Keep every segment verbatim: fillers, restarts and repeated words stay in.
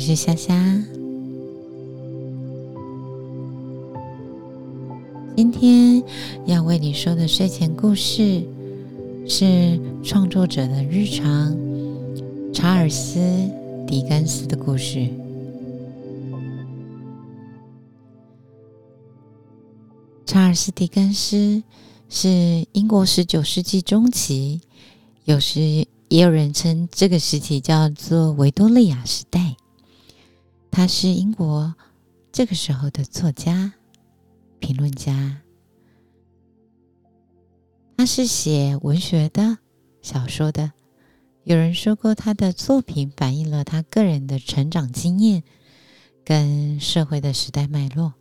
是夏夏。今天要为你说的睡前故事是创作者的日常，查尔斯·狄更斯的故事。查尔斯·狄更斯是英国十九世纪中期，有时也有人称这个时期叫做维多利亚时代。他是英国这个时候的作家、评论家。他是写文学的、小说的。有人说过，他的作品反映了他个人的成长经验跟社会的时代脉络。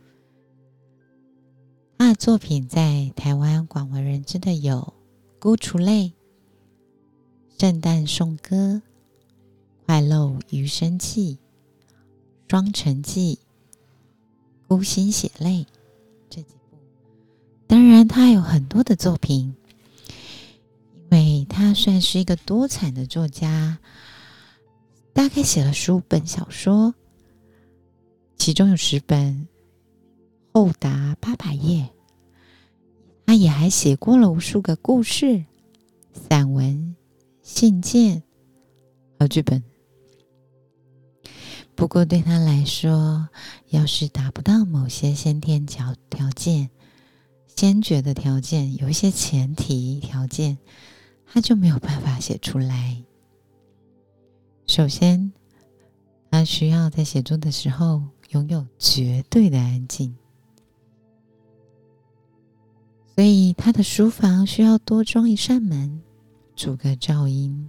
他的作品在台湾广为人知的有《孤雏泪》、《圣诞颂歌》、《快乐余生记》、《双城记》、《孤星血泪》这几部。当然他还有很多的作品，因为他算是一个多产的作家，大概写了十五本小说，其中有十本厚达八百页。他也还写过了无数个故事、散文、信件和剧本。不过对他来说，要是达不到某些先天条条件、先决的条件，有一些前提条件，他就没有办法写出来。首先，他需要在写作的时候拥有绝对的安静，所以他的书房需要多装一扇门，阻隔噪音。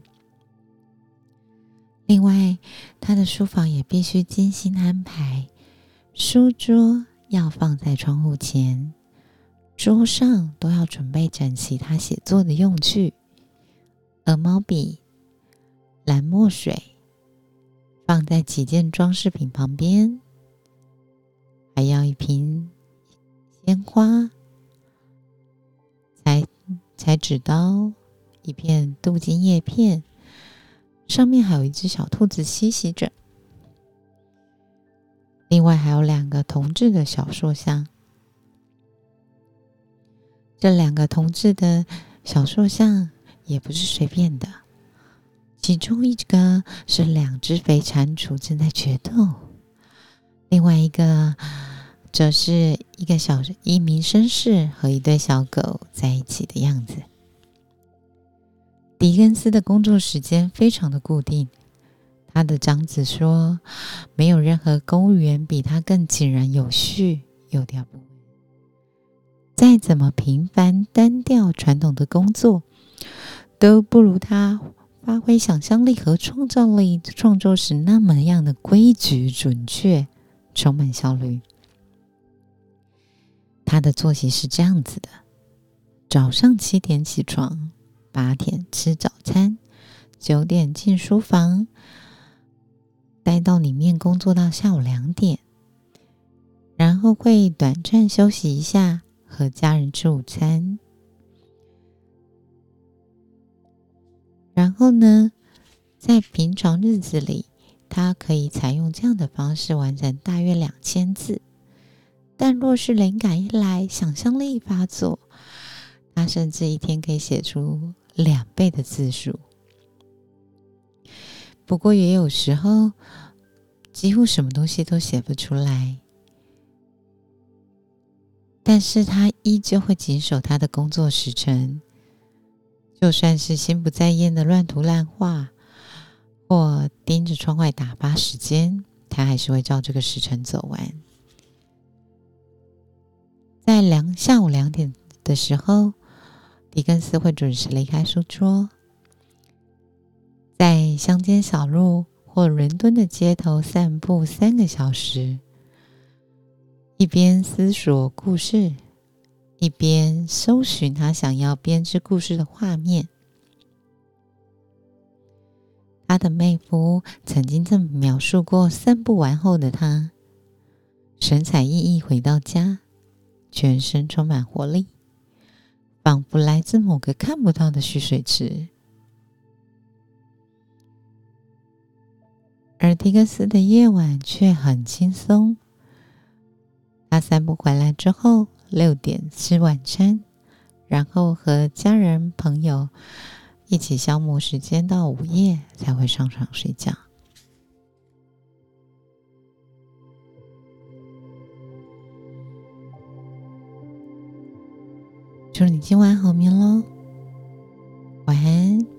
另外，他的书房也必须精心安排，书桌要放在窗户前，桌上都要准备整齐他写作的用具，鹅毛笔、蓝墨水放在几件装饰品旁边，还要一瓶鲜花、裁裁纸刀、一片镀金叶片，上面还有一只小兔子嬉戏着。另外还有两个铜制的小塑像，这两个铜制的小塑像也不是随便的，其中一个是两只肥蟾蜍正在决斗，另外一个则是一个小一名绅士和一对小狗在一起的样子。狄更斯的工作时间非常的固定，他的长子说，没有任何公务员比他更井然有序、有条不紊。再怎么平凡、单调、传统的工作，都不如他发挥想象力和创造力创作时那么样的规矩、准确、充满效率。他的作息是这样子的：早上七点起床，八点吃早餐，九点进书房，待到里面工作到下午两点，然后会短暂休息一下，和家人吃午餐。然后呢，在平常日子里，他可以采用这样的方式完成大约两千字。但若是灵感一来，想象力一发作，他甚至一天可以写出两倍的字数。不过也有时候几乎什么东西都写不出来，但是他依旧会谨守他的工作时程，就算是心不在焉的乱涂乱画，或盯着窗外打发时间，他还是会照这个时程走完。在两下午两点的时候，狄更斯会准时离开书桌，在乡间小路或伦敦的街头散步三个小时，一边思索故事，一边搜寻他想要编织故事的画面。他的妹夫曾经这么描述过散步完后的他：神采奕奕回到家，全身充满活力，仿佛来自某个看不到的蓄水池。 而狄更斯的夜晚却很轻松。他散步回来之后，六点吃晚餐，然后和家人朋友一起消磨时间到午夜才会上床睡觉。祝你今晚好眠咯，晚安。